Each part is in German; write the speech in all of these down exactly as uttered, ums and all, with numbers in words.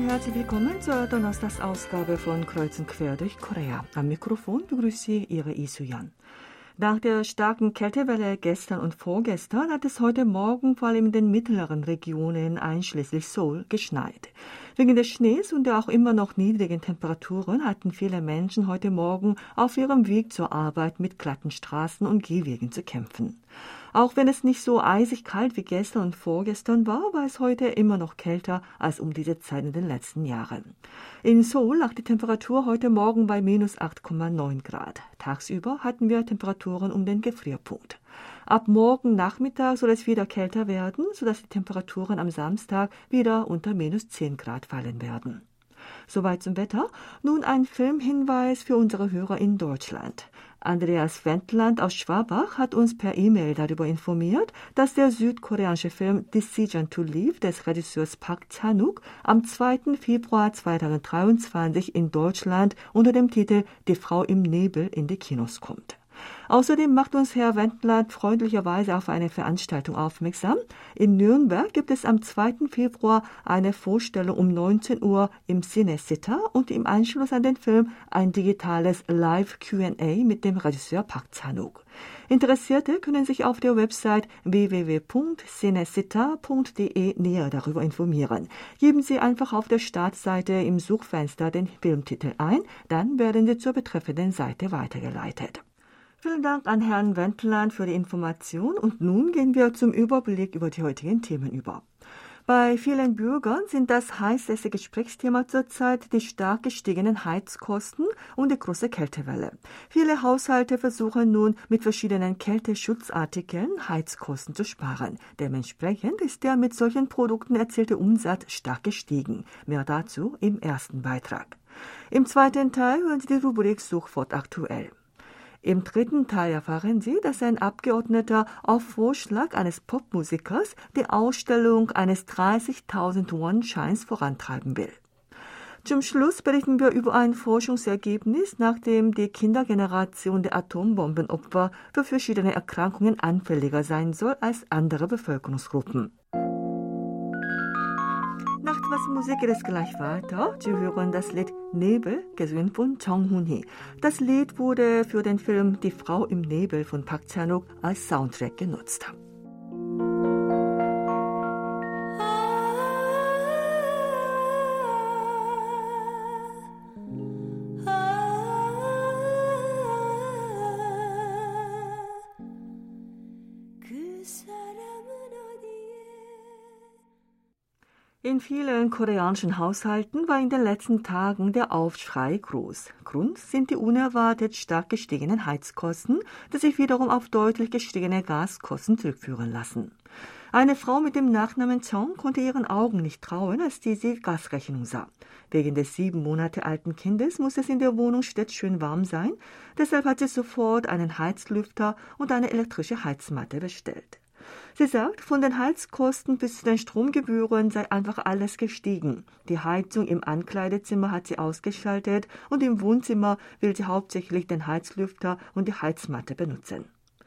herzlich willkommen zur Donnerstagsausgabe von Kreuz und Quer durch Korea. Am Mikrofon begrüßt Sie Ihre Lee Su-yeon. Nach der starken Kältewelle gestern und vorgestern hat es heute Morgen vor allem in den mittleren Regionen einschließlich Seoul geschneit. Wegen des Schnees und der auch immer noch niedrigen Temperaturen hatten viele Menschen heute Morgen auf ihrem Weg zur Arbeit mit glatten Straßen und Gehwegen zu kämpfen. Auch wenn es nicht so eisig kalt wie gestern und vorgestern war, war es heute immer noch kälter als um diese Zeit in den letzten Jahren. In Seoul lag die Temperatur heute Morgen bei minus acht Komma neun Grad. Tagsüber hatten wir Temperaturen um den Gefrierpunkt. Ab morgen Nachmittag soll es wieder kälter werden, sodass die Temperaturen am Samstag wieder unter minus zehn Grad fallen werden. Soweit zum Wetter. Nun ein Filmhinweis für unsere Hörer in Deutschland. Andreas Wendland aus Schwabach hat uns per E-Mail darüber informiert, dass der südkoreanische Film Decision to Leave des Regisseurs Park Chan-wook am zweiten Februar zweitausenddreiundzwanzig in Deutschland unter dem Titel Die Frau im Nebel in die Kinos kommt. Außerdem macht uns Herr Wendland freundlicherweise auf eine Veranstaltung aufmerksam. In Nürnberg gibt es am zweiten Februar eine Vorstellung um neunzehn Uhr im Cinecittà und im Anschluss an den Film ein digitales Live-Q and A mit dem Regisseur Park Chan-wook. Interessierte können sich auf der Website w w w punkt cinecittà punkt d e näher darüber informieren. Geben Sie einfach auf der Startseite im Suchfenster den Filmtitel ein, dann werden Sie zur betreffenden Seite weitergeleitet. Vielen Dank an Herrn Wendland für die Information und nun gehen wir zum Überblick über die heutigen Themen über. Bei vielen Bürgern sind das heißeste Gesprächsthema zurzeit die stark gestiegenen Heizkosten und die große Kältewelle. Viele Haushalte versuchen nun mit verschiedenen Kälteschutzartikeln Heizkosten zu sparen. Dementsprechend ist der mit solchen Produkten erzielte Umsatz stark gestiegen. Mehr dazu im ersten Beitrag. Im zweiten Teil hören Sie die Rubrik Sofort aktuell. Im dritten Teil erfahren Sie, dass ein Abgeordneter auf Vorschlag eines Popmusikers die Ausstellung eines dreißigtausend Won-Scheins vorantreiben will. Zum Schluss berichten wir über ein Forschungsergebnis, nach dem die Kindergeneration der Atombombenopfer für verschiedene Erkrankungen anfälliger sein soll als andere Bevölkerungsgruppen. Nach etwas Musik geht es gleich weiter. Sie hören das Lied Nebel, gesungen von Jung Hoon-hee. Das Lied wurde für den Film Die Frau im Nebel von Park Chan-wook als Soundtrack genutzt. In vielen koreanischen Haushalten war in den letzten Tagen der Aufschrei groß. Grund sind die unerwartet stark gestiegenen Heizkosten, die sich wiederum auf deutlich gestiegene Gaskosten zurückführen lassen. Eine Frau mit dem Nachnamen Chong konnte ihren Augen nicht trauen, als sie die Gasrechnung sah. Wegen des sieben Monate alten Kindes muss es in der Wohnung stets schön warm sein. Deshalb hat sie sofort einen Heizlüfter und eine elektrische Heizmatte bestellt. Sie sagt, von den Heizkosten bis zu den Stromgebühren sei einfach alles gestiegen. Die Heizung im Ankleidezimmer hat sie ausgeschaltet und im Wohnzimmer will sie hauptsächlich den Heizlüfter und die Heizmatte benutzen.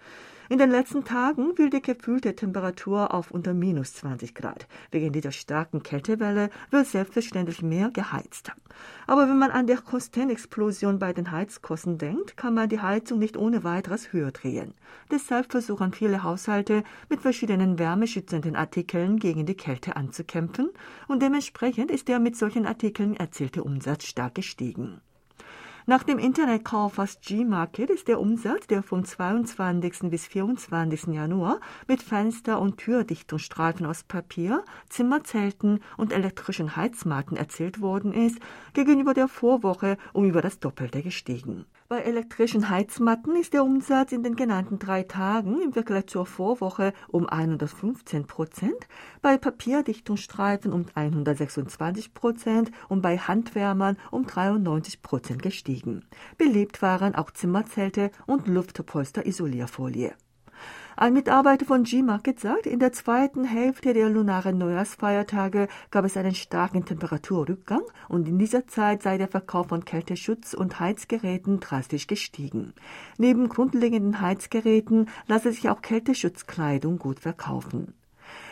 In den letzten Tagen will die gefühlte Temperatur auf unter minus zwanzig Grad. Wegen dieser starken Kältewelle wird selbstverständlich mehr geheizt. Aber wenn man an die Kostenexplosion bei den Heizkosten denkt, kann man die Heizung nicht ohne weiteres höher drehen. Deshalb versuchen viele Haushalte mit verschiedenen wärmeschützenden Artikeln gegen die Kälte anzukämpfen und dementsprechend ist der mit solchen Artikeln erzielte Umsatz stark gestiegen. Nach dem Internetkaufhaus G-Market ist der Umsatz, der vom zweiundzwanzigsten bis vierundzwanzigsten Januar mit Fenster- und Türdichtungsstreifen aus Papier, Zimmerzelten und elektrischen Heizmatten erzielt worden ist, gegenüber der Vorwoche um über das Doppelte gestiegen. Bei elektrischen Heizmatten ist der Umsatz in den genannten drei Tagen im Vergleich zur Vorwoche um hundertfünfzehn Prozent, bei Papierdichtungsstreifen um hundertsechsundzwanzig Prozent und bei Handwärmern um dreiundneunzig Prozent gestiegen. Beliebt waren auch Zimmerzelte und Luftpolster-Isolierfolie. Ein Mitarbeiter von G-Market sagt, in der zweiten Hälfte der lunaren Neujahrsfeiertage gab es einen starken Temperaturrückgang und in dieser Zeit sei der Verkauf von Kälteschutz- und Heizgeräten drastisch gestiegen. Neben grundlegenden Heizgeräten lasse sich auch Kälteschutzkleidung gut verkaufen.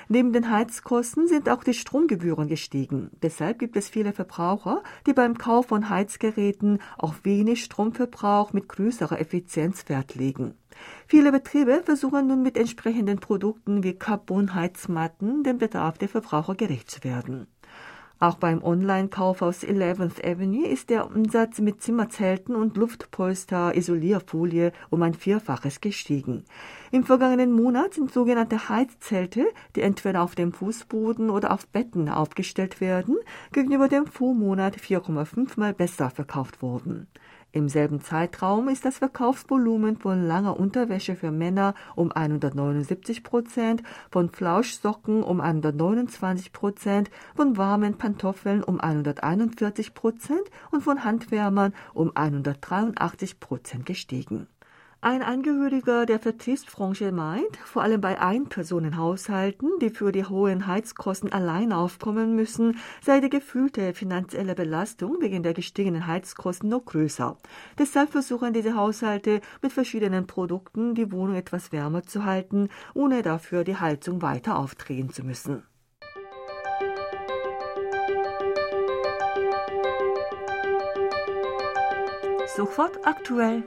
Neben den Heizkosten sind auch die Stromgebühren gestiegen. Deshalb gibt es viele Verbraucher, die beim Kauf von Heizgeräten auf wenig Stromverbrauch mit größerer Effizienz Wert legen. Viele Betriebe versuchen nun mit entsprechenden Produkten wie Carbon-Heizmatten dem Bedarf der Verbraucher gerecht zu werden. Auch beim Online-Kauf aus eleventh Avenue ist der Umsatz mit Zimmerzelten und Luftpolster-Isolierfolie um ein Vierfaches gestiegen. Im vergangenen Monat sind sogenannte Heizzelte, die entweder auf dem Fußboden oder auf Betten aufgestellt werden, gegenüber dem Vormonat vier Komma fünf Mal besser verkauft worden. Im selben Zeitraum ist das Verkaufsvolumen von langer Unterwäsche für Männer um hundertneunundsiebzig Prozent, von Flauschsocken um hundertneunundzwanzig Prozent, von warmen Pantoffeln um hunderteinundvierzig Prozent und von Handwärmern um hundertdreiundachtzig Prozent gestiegen. Ein Angehöriger der Vertriebsbranche meint, vor allem bei Einpersonenhaushalten, die für die hohen Heizkosten allein aufkommen müssen, sei die gefühlte finanzielle Belastung wegen der gestiegenen Heizkosten noch größer. Deshalb versuchen diese Haushalte mit verschiedenen Produkten die Wohnung etwas wärmer zu halten, ohne dafür die Heizung weiter aufdrehen zu müssen. Sofort aktuell.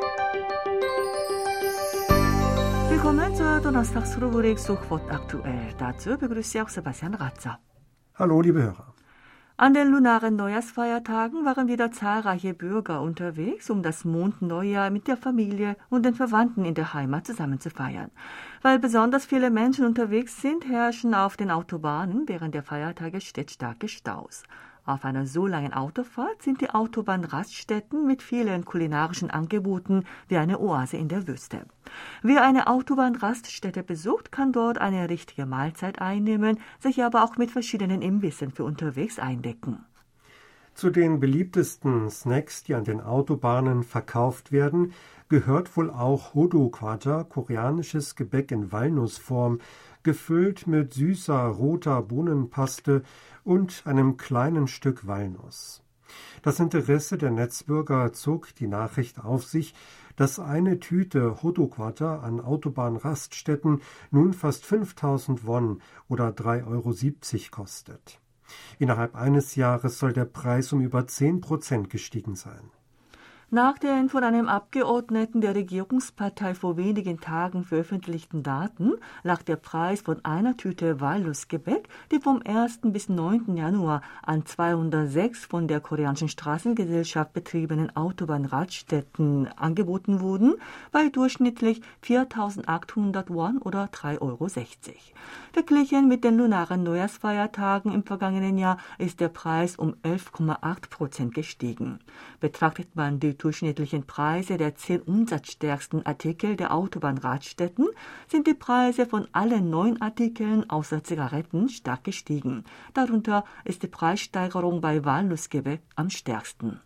Willkommen zur Donnerstagsrubrik Sofort aktuell. Dazu begrüße ich auch Sebastian Ratzer. Hallo, liebe Hörer. An den lunaren Neujahrsfeiertagen waren wieder zahlreiche Bürger unterwegs, um das Mondneujahr mit der Familie und den Verwandten in der Heimat zusammen zu feiern. Weil besonders viele Menschen unterwegs sind, herrschen auf den Autobahnen während der Feiertage stets starke Staus. Auf einer so langen Autofahrt sind die Autobahnraststätten mit vielen kulinarischen Angeboten wie eine Oase in der Wüste. Wer eine Autobahnraststätte besucht, kann dort eine richtige Mahlzeit einnehmen, sich aber auch mit verschiedenen Imbissen für unterwegs eindecken. Zu den beliebtesten Snacks, die an den Autobahnen verkauft werden, gehört wohl auch Hodo-Kwaja, koreanisches Gebäck in Walnussform, gefüllt mit süßer roter Bohnenpaste und einem kleinen Stück Walnuss. Das Interesse der Netzbürger zog die Nachricht auf sich, dass eine Tüte Hodo-Kwaja an Autobahnraststätten nun fast fünftausend Won oder drei Euro siebzig kostet. Innerhalb eines Jahres soll der Preis um über zehn Prozent gestiegen sein. Nach den von einem Abgeordneten der Regierungspartei vor wenigen Tagen veröffentlichten Daten lag der Preis von einer Tüte Walnussgebäck, die vom ersten bis neunten Januar an zweihundertsechs von der koreanischen Straßengesellschaft betriebenen Autobahnraststätten angeboten wurden, bei durchschnittlich viertausendachthundert Won oder drei Euro sechzig. Verglichen mit den lunaren Neujahrsfeiertagen im vergangenen Jahr ist der Preis um elf Komma acht Prozent gestiegen. Betrachtet man die durchschnittlichen Preise der zehn umsatzstärksten Artikel der Autobahnraststätten, sind die Preise von allen neun Artikeln außer Zigaretten stark gestiegen. Darunter ist die Preissteigerung bei Walnussgebäck am stärksten.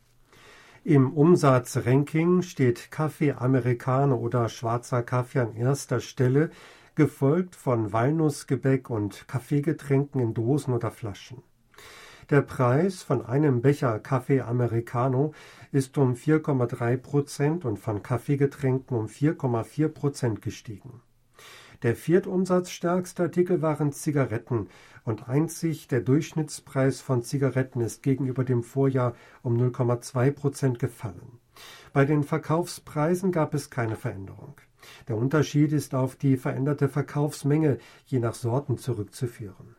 Im Umsatzranking steht Kaffee Americano oder schwarzer Kaffee an erster Stelle, gefolgt von Walnussgebäck und Kaffeegetränken in Dosen oder Flaschen. Der Preis von einem Becher Kaffee Americano ist um vier Komma drei Prozent und von Kaffeegetränken um vier Komma vier Prozent gestiegen. Der viertumsatzstärkste Artikel waren Zigaretten und einzig der Durchschnittspreis von Zigaretten ist gegenüber dem Vorjahr um null Komma zwei Prozent gefallen. Bei den Verkaufspreisen gab es keine Veränderung. Der Unterschied ist auf die veränderte Verkaufsmenge je nach Sorten zurückzuführen.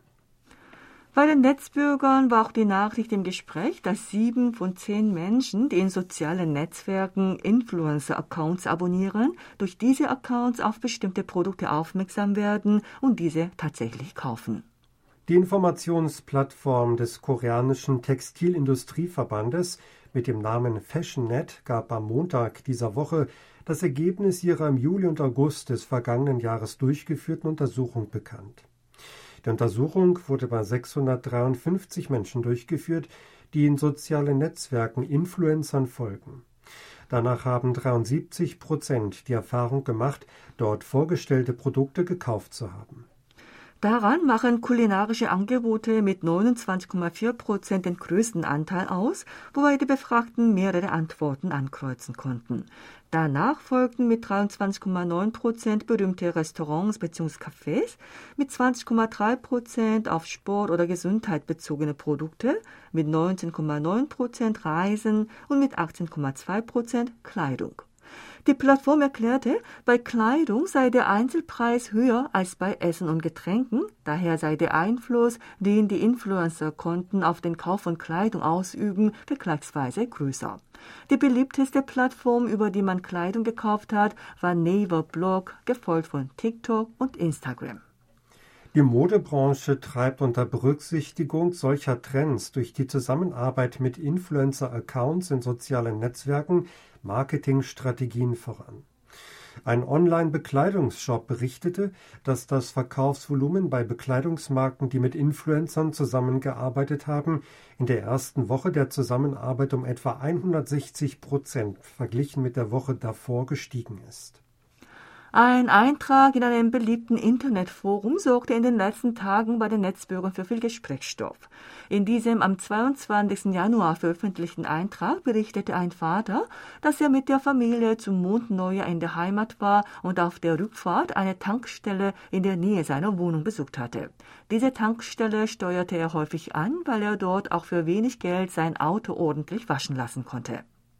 Bei den Netzbürgern war auch die Nachricht im Gespräch, dass sieben von zehn Menschen, die in sozialen Netzwerken Influencer-Accounts abonnieren, durch diese Accounts auf bestimmte Produkte aufmerksam werden und diese tatsächlich kaufen. Die Informationsplattform des koreanischen Textilindustrieverbandes mit dem Namen FashionNet gab am Montag dieser Woche das Ergebnis ihrer im Juli und August des vergangenen Jahres durchgeführten Untersuchung bekannt. Die Untersuchung wurde bei sechshundertdreiundfünfzig Menschen durchgeführt, die in sozialen Netzwerken Influencern folgen. Danach haben dreiundsiebzig Prozent die Erfahrung gemacht, dort vorgestellte Produkte gekauft zu haben. Daran machen kulinarische Angebote mit neunundzwanzig Komma vier Prozent den größten Anteil aus, wobei die Befragten mehrere Antworten ankreuzen konnten. Danach folgten mit dreiundzwanzig Komma neun Prozent berühmte Restaurants bzw. Cafés, mit zwanzig Komma drei Prozent auf Sport oder Gesundheit bezogene Produkte, mit neunzehn Komma neun Prozent Reisen und mit achtzehn Komma zwei Prozent Kleidung. Die Plattform erklärte, bei Kleidung sei der Einzelpreis höher als bei Essen und Getränken, daher sei der Einfluss, den die Influencer-Konten auf den Kauf von Kleidung ausüben, vergleichsweise größer. Die beliebteste Plattform, über die man Kleidung gekauft hat, war Naver Blog, gefolgt von TikTok und Instagram. Die Modebranche treibt unter Berücksichtigung solcher Trends durch die Zusammenarbeit mit Influencer-Accounts in sozialen Netzwerken Marketingstrategien voran. Ein Online-Bekleidungsshop berichtete, dass das Verkaufsvolumen bei Bekleidungsmarken, die mit Influencern zusammengearbeitet haben, in der ersten Woche der Zusammenarbeit um etwa hundertsechzig Prozent verglichen mit der Woche davor gestiegen ist. Ein Eintrag in einem beliebten Internetforum sorgte in den letzten Tagen bei den Netzbürgern für viel Gesprächsstoff. In diesem am zweiundzwanzigsten Januar veröffentlichten Eintrag berichtete ein Vater, dass er mit der Familie zum Mondneujahr in der Heimat war und auf der Rückfahrt eine Tankstelle in der Nähe seiner Wohnung besucht hatte. Diese Tankstelle steuerte er häufig an, weil er dort auch für wenig Geld sein Auto ordentlich waschen lassen konnte.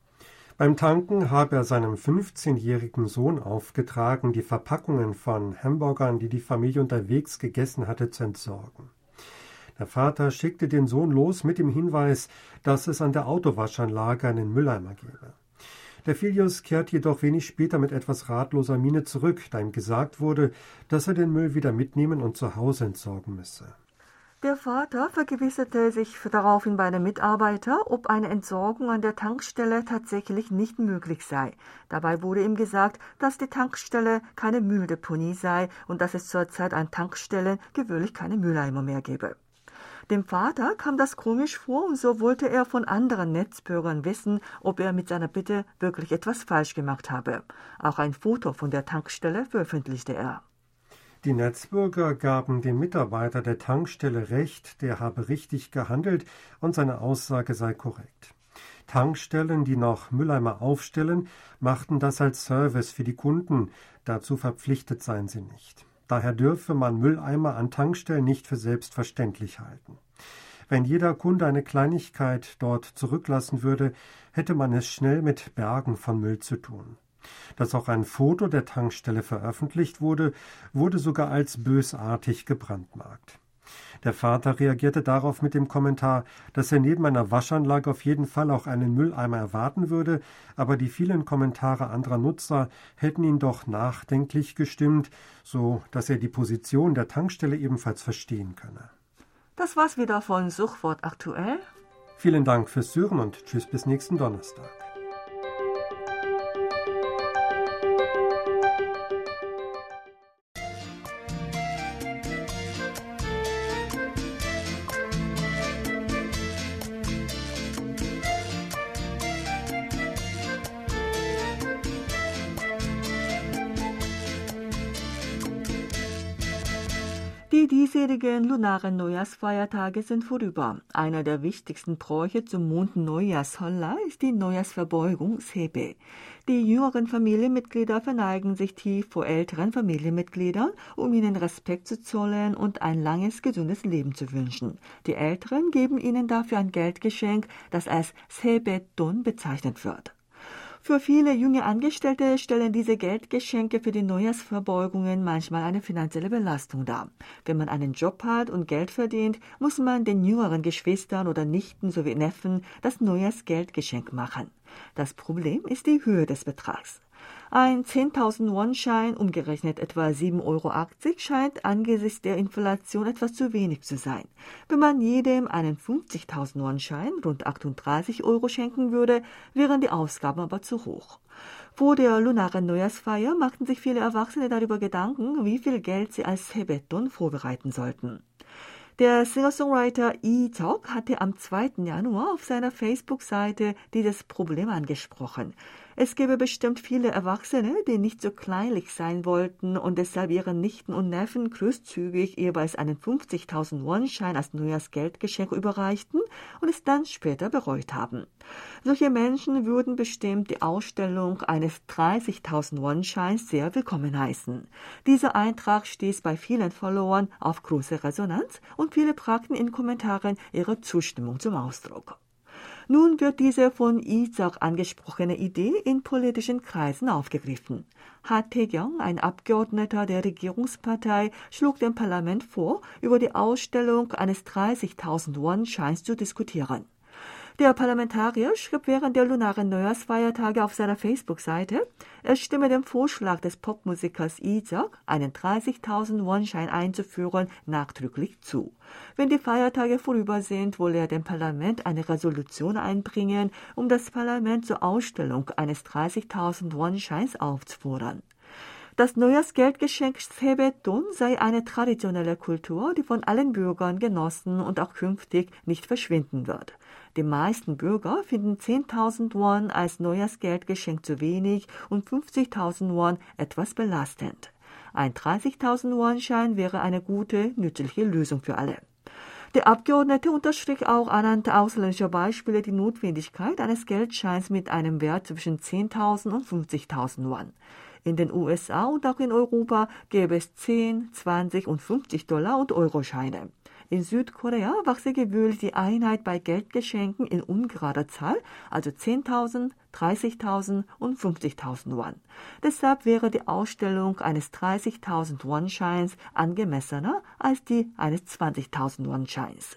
Beim Tanken habe er seinem fünfzehnjährigen Sohn aufgetragen, die Verpackungen von Hamburgern, die die Familie unterwegs gegessen hatte, zu entsorgen. Der Vater schickte den Sohn los mit dem Hinweis, dass es an der Autowaschanlage einen Mülleimer gebe. Der Filius kehrt jedoch wenig später mit etwas ratloser Miene zurück, da ihm gesagt wurde, dass er den Müll wieder mitnehmen und zu Hause entsorgen müsse. Der Vater vergewisserte sich daraufhin bei einem Mitarbeiter, ob eine Entsorgung an der Tankstelle tatsächlich nicht möglich sei. Dabei wurde ihm gesagt, dass die Tankstelle keine Mülldeponie sei und dass es zurzeit an Tankstellen gewöhnlich keine Mülleimer mehr gebe. Dem Vater kam das komisch vor und so wollte er von anderen Netzbürgern wissen, ob er mit seiner Bitte wirklich etwas falsch gemacht habe. Auch ein Foto von der Tankstelle veröffentlichte er. Die Netzbürger gaben dem Mitarbeiter der Tankstelle recht, der habe richtig gehandelt und seine Aussage sei korrekt. Tankstellen, die noch Mülleimer aufstellen, machten das als Service für die Kunden, dazu verpflichtet seien sie nicht. Daher dürfe man Mülleimer an Tankstellen nicht für selbstverständlich halten. Wenn jeder Kunde eine Kleinigkeit dort zurücklassen würde, hätte man es schnell mit Bergen von Müll zu tun. Dass auch ein Foto der Tankstelle veröffentlicht wurde, wurde sogar als bösartig gebrandmarkt. Der Vater reagierte darauf mit dem Kommentar, dass er neben einer Waschanlage auf jeden Fall auch einen Mülleimer erwarten würde, aber die vielen Kommentare anderer Nutzer hätten ihn doch nachdenklich gestimmt, so dass er die Position der Tankstelle ebenfalls verstehen könne. Das war's wieder von Suchwort aktuell. Vielen Dank fürs Zuhören und tschüss bis nächsten Donnerstag. Die diesjährigen lunaren Neujahrsfeiertage sind vorüber. Einer der wichtigsten Bräuche zum Mondneujahrsholla ist die Neujahrsverbeugung Sebae. Die jüngeren Familienmitglieder verneigen sich tief vor älteren Familienmitgliedern, um ihnen Respekt zu zollen und ein langes, gesundes Leben zu wünschen. Die Älteren geben ihnen dafür ein Geldgeschenk, das als Sebae-don bezeichnet wird. Für viele junge Angestellte stellen diese Geldgeschenke für die Neujahrsverbeugungen manchmal eine finanzielle Belastung dar. Wenn man einen Job hat und Geld verdient, muss man den jüngeren Geschwistern oder Nichten sowie Neffen das Neujahrsgeldgeschenk machen. Das Problem ist die Höhe des Betrags. Ein zehntausend-Won-Schein, umgerechnet etwa sieben Euro achtzig, scheint angesichts der Inflation etwas zu wenig zu sein. Wenn man jedem einen fünfzigtausend-Won-Schein, rund achtunddreißig Euro, schenken würde, wären die Ausgaben aber zu hoch. Vor der lunaren Neujahrsfeier machten sich viele Erwachsene darüber Gedanken, wie viel Geld sie als Sebae-don vorbereiten sollten. Der Singer-Songwriter Lee Seok hatte am zweiten Januar auf seiner Facebook-Seite dieses Problem angesprochen. Es gäbe bestimmt viele Erwachsene, die nicht so kleinlich sein wollten und deshalb ihren Nichten und Neffen großzügig jeweils einen fünfzigtausend Won-Schein als Neujahrsgeldgeschenk überreichten und es dann später bereut haben. Solche Menschen würden bestimmt die Ausstellung eines dreißigtausend Won-Scheins sehr willkommen heißen. Dieser Eintrag stieß bei vielen Followern auf große Resonanz und viele brachten in Kommentaren ihre Zustimmung zum Ausdruck. Nun wird diese von Lee-seok angesprochene Idee in politischen Kreisen aufgegriffen. Ha Tae-kyung, ein Abgeordneter der Regierungspartei, schlug dem Parlament vor, über die Ausstellung eines dreißigtausend Won-Scheins zu diskutieren. Der Parlamentarier schrieb während der lunaren Neujahrsfeiertage auf seiner Facebook-Seite, er stimme dem Vorschlag des Popmusikers Lee-seok, einen dreißigtausend Won-Schein einzuführen, nachdrücklich zu. Wenn die Feiertage vorüber sind, wolle er dem Parlament eine Resolution einbringen, um das Parlament zur Ausstellung eines dreißigtausend Won-Scheins aufzufordern. Das Neujahrsgeldgeschenk Sebeton sei eine traditionelle Kultur, die von allen Bürgern genossen und auch künftig nicht verschwinden wird. Die meisten Bürger finden zehntausend Won als Neujahrsgeldgeschenk zu wenig und fünfzigtausend Won etwas belastend. Ein dreißigtausend Won-Schein wäre eine gute, nützliche Lösung für alle. Der Abgeordnete unterstrich auch anhand ausländischer Beispiele die Notwendigkeit eines Geldscheins mit einem Wert zwischen zehntausend und fünfzigtausend Won. In den U S A und auch in Europa gäbe es zehn, zwanzig und fünfzig Dollar- und Euroscheine. In Südkorea wachse gewöhnlich die Einheit bei Geldgeschenken in ungerader Zahl, also zehntausend, dreißigtausend und fünfzigtausend Won. Deshalb wäre die Ausstellung eines dreißigtausend Won-Scheins angemessener als die eines zwanzigtausend Won-Scheins.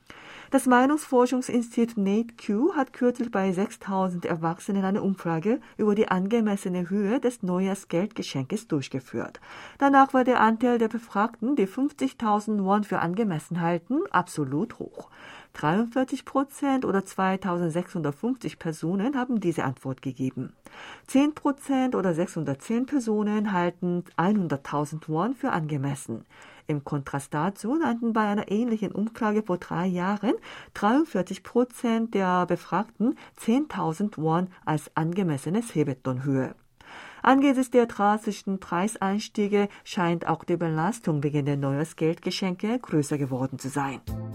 Das Meinungsforschungsinstitut N A T E Q hat kürzlich bei sechstausend Erwachsenen eine Umfrage über die angemessene Höhe des Neujahrsgeldgeschenkes durchgeführt. Danach war der Anteil der Befragten, die fünfzigtausend Won für angemessen halten, absolut hoch. dreiundvierzig Prozent oder zweitausendsechshundertfünfzig Personen haben diese Antwort gegeben. zehn Prozent oder sechshundertzehn Personen halten hunderttausend Won für angemessen. Im Kontrast dazu nannten bei einer ähnlichen Umfrage vor drei Jahren dreiundvierzig Prozent der Befragten zehntausend Won als angemessene Sebeton-Höhe. Angesichts der drastischen Preiseinstiege scheint auch die Belastung wegen der Neujahrsgeldgeschenke größer geworden zu sein.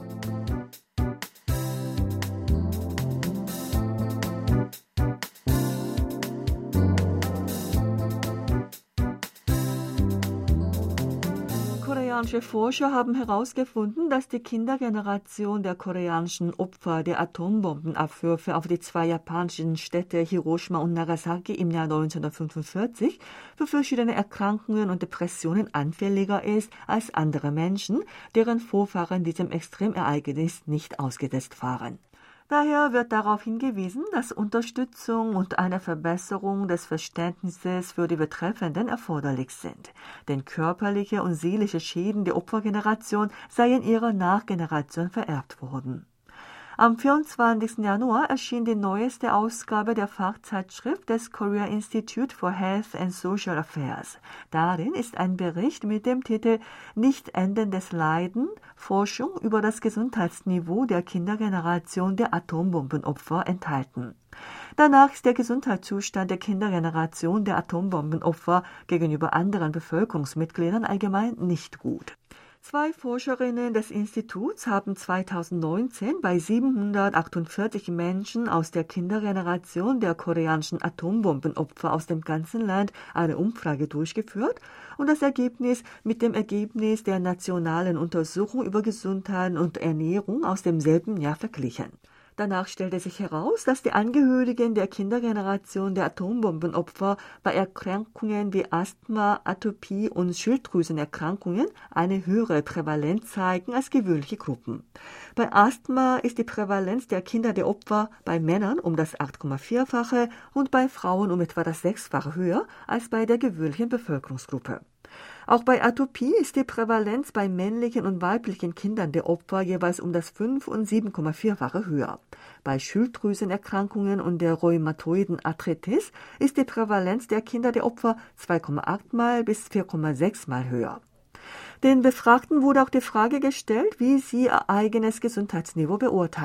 Koreanische Forscher haben herausgefunden, dass die Kindergeneration der koreanischen Opfer der Atombombenabwürfe auf die zwei japanischen Städte Hiroshima und Nagasaki im Jahr neunzehnhundertfünfundvierzig für verschiedene Erkrankungen und Depressionen anfälliger ist als andere Menschen, deren Vorfahren diesem Extremereignis nicht ausgesetzt waren. Daher wird darauf hingewiesen, dass Unterstützung und eine Verbesserung des Verständnisses für die Betreffenden erforderlich sind. Denn körperliche und seelische Schäden der Opfergeneration seien ihrer Nachgeneration vererbt worden. Am vierundzwanzigsten Januar erschien die neueste Ausgabe der Fachzeitschrift des Korea Institute for Health and Social Affairs. Darin ist ein Bericht mit dem Titel »Nicht endendes Leiden – Forschung über das Gesundheitsniveau der Kindergeneration der Atombombenopfer« enthalten. Danach ist der Gesundheitszustand der Kindergeneration der Atombombenopfer gegenüber anderen Bevölkerungsmitgliedern allgemein nicht gut. Zwei Forscherinnen des Instituts haben zweitausendneunzehn bei siebenhundertachtundvierzig Menschen aus der Kindergeneration der koreanischen Atombombenopfer aus dem ganzen Land eine Umfrage durchgeführt und das Ergebnis mit dem Ergebnis der nationalen Untersuchung über Gesundheit und Ernährung aus demselben Jahr verglichen. Danach stellte sich heraus, dass die Angehörigen der Kindergeneration der Atombombenopfer bei Erkrankungen wie Asthma, Atopie und Schilddrüsenerkrankungen eine höhere Prävalenz zeigen als gewöhnliche Gruppen. Bei Asthma ist die Prävalenz der Kinder der Opfer bei Männern um das acht Komma vier-fache und bei Frauen um etwa das sechsfache höher als bei der gewöhnlichen Bevölkerungsgruppe. Auch bei Atopie ist die Prävalenz bei männlichen und weiblichen Kindern der Opfer jeweils um das fünf- und sieben Komma vier-fache höher. Bei Schilddrüsenerkrankungen und der rheumatoiden Arthritis ist die Prävalenz der Kinder der Opfer zwei Komma acht mal bis vier Komma sechs mal höher. Den Befragten wurde auch die Frage gestellt, wie sie ihr eigenes Gesundheitsniveau beurteilen.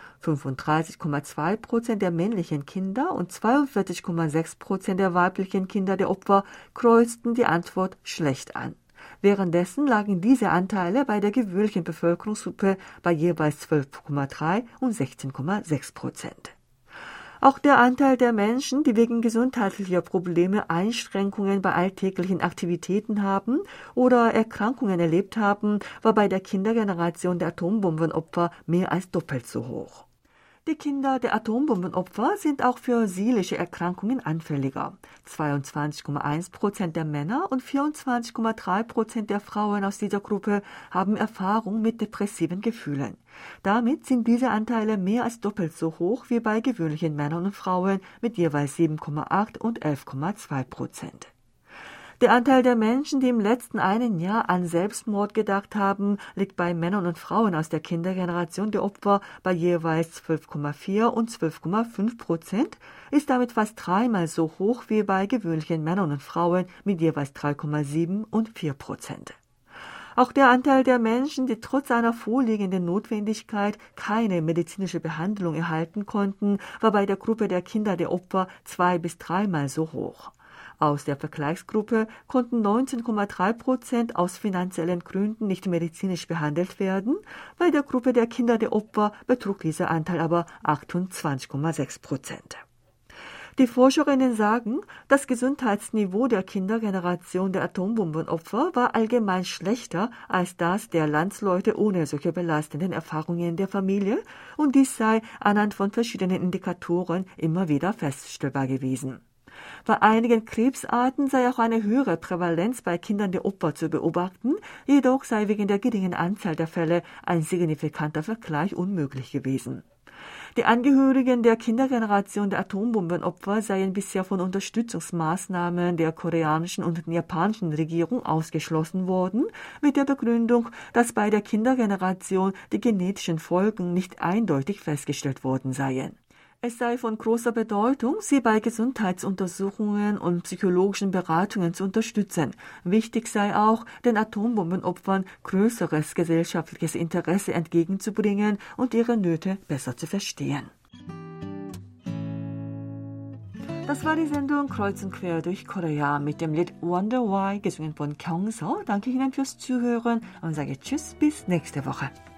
fünfunddreißig Komma zwei Prozent der männlichen Kinder und zweiundvierzig Komma sechs Prozent der weiblichen Kinder der Opfer kreuzten die Antwort schlecht an. Währenddessen lagen diese Anteile bei der gewöhnlichen Bevölkerungsgruppe bei jeweils zwölf Komma drei und sechzehn Komma sechs Prozent. Auch der Anteil der Menschen, die wegen gesundheitlicher Probleme Einschränkungen bei alltäglichen Aktivitäten haben oder Erkrankungen erlebt haben, war bei der Kindergeneration der Atombombenopfer mehr als doppelt so hoch. Die Kinder der Atombombenopfer sind auch für seelische Erkrankungen anfälliger. zweiundzwanzig Komma eins Prozent der Männer und vierundzwanzig Komma drei Prozent der Frauen aus dieser Gruppe haben Erfahrung mit depressiven Gefühlen. Damit sind diese Anteile mehr als doppelt so hoch wie bei gewöhnlichen Männern und Frauen mit jeweils sieben Komma acht und elf Komma zwei Prozent. Der Anteil der Menschen, die im letzten einen Jahr an Selbstmord gedacht haben, liegt bei Männern und Frauen aus der Kindergeneration der Opfer bei jeweils zwölf Komma vier und zwölf Komma fünf Prozent, ist damit fast dreimal so hoch wie bei gewöhnlichen Männern und Frauen mit jeweils drei Komma sieben und vier Prozent. Auch der Anteil der Menschen, die trotz einer vorliegenden Notwendigkeit keine medizinische Behandlung erhalten konnten, war bei der Gruppe der Kinder der Opfer zwei- bis dreimal so hoch. Aus der Vergleichsgruppe konnten neunzehn Komma drei Prozent aus finanziellen Gründen nicht medizinisch behandelt werden. Bei der Gruppe der Kinder der Opfer betrug dieser Anteil aber achtundzwanzig Komma sechs Prozent. Die Forscherinnen sagen, das Gesundheitsniveau der Kindergeneration der Atombombenopfer war allgemein schlechter als das der Landsleute ohne solche belastenden Erfahrungen der Familie, und dies sei anhand von verschiedenen Indikatoren immer wieder feststellbar gewesen. Bei einigen Krebsarten sei auch eine höhere Prävalenz bei Kindern der Opfer zu beobachten, jedoch sei wegen der geringen Anzahl der Fälle ein signifikanter Vergleich unmöglich gewesen. Die Angehörigen der Kindergeneration der Atombombenopfer seien bisher von Unterstützungsmaßnahmen der koreanischen und japanischen Regierung ausgeschlossen worden, mit der Begründung, dass bei der Kindergeneration die genetischen Folgen nicht eindeutig festgestellt worden seien. Es sei von großer Bedeutung, sie bei Gesundheitsuntersuchungen und psychologischen Beratungen zu unterstützen. Wichtig sei auch, den Atombombenopfern größeres gesellschaftliches Interesse entgegenzubringen und ihre Nöte besser zu verstehen. Das war die Sendung Kreuz und Quer durch Korea mit dem Lied Wonder Why, gesungen von Kyungso. Danke Ihnen fürs Zuhören und sage Tschüss, bis nächste Woche.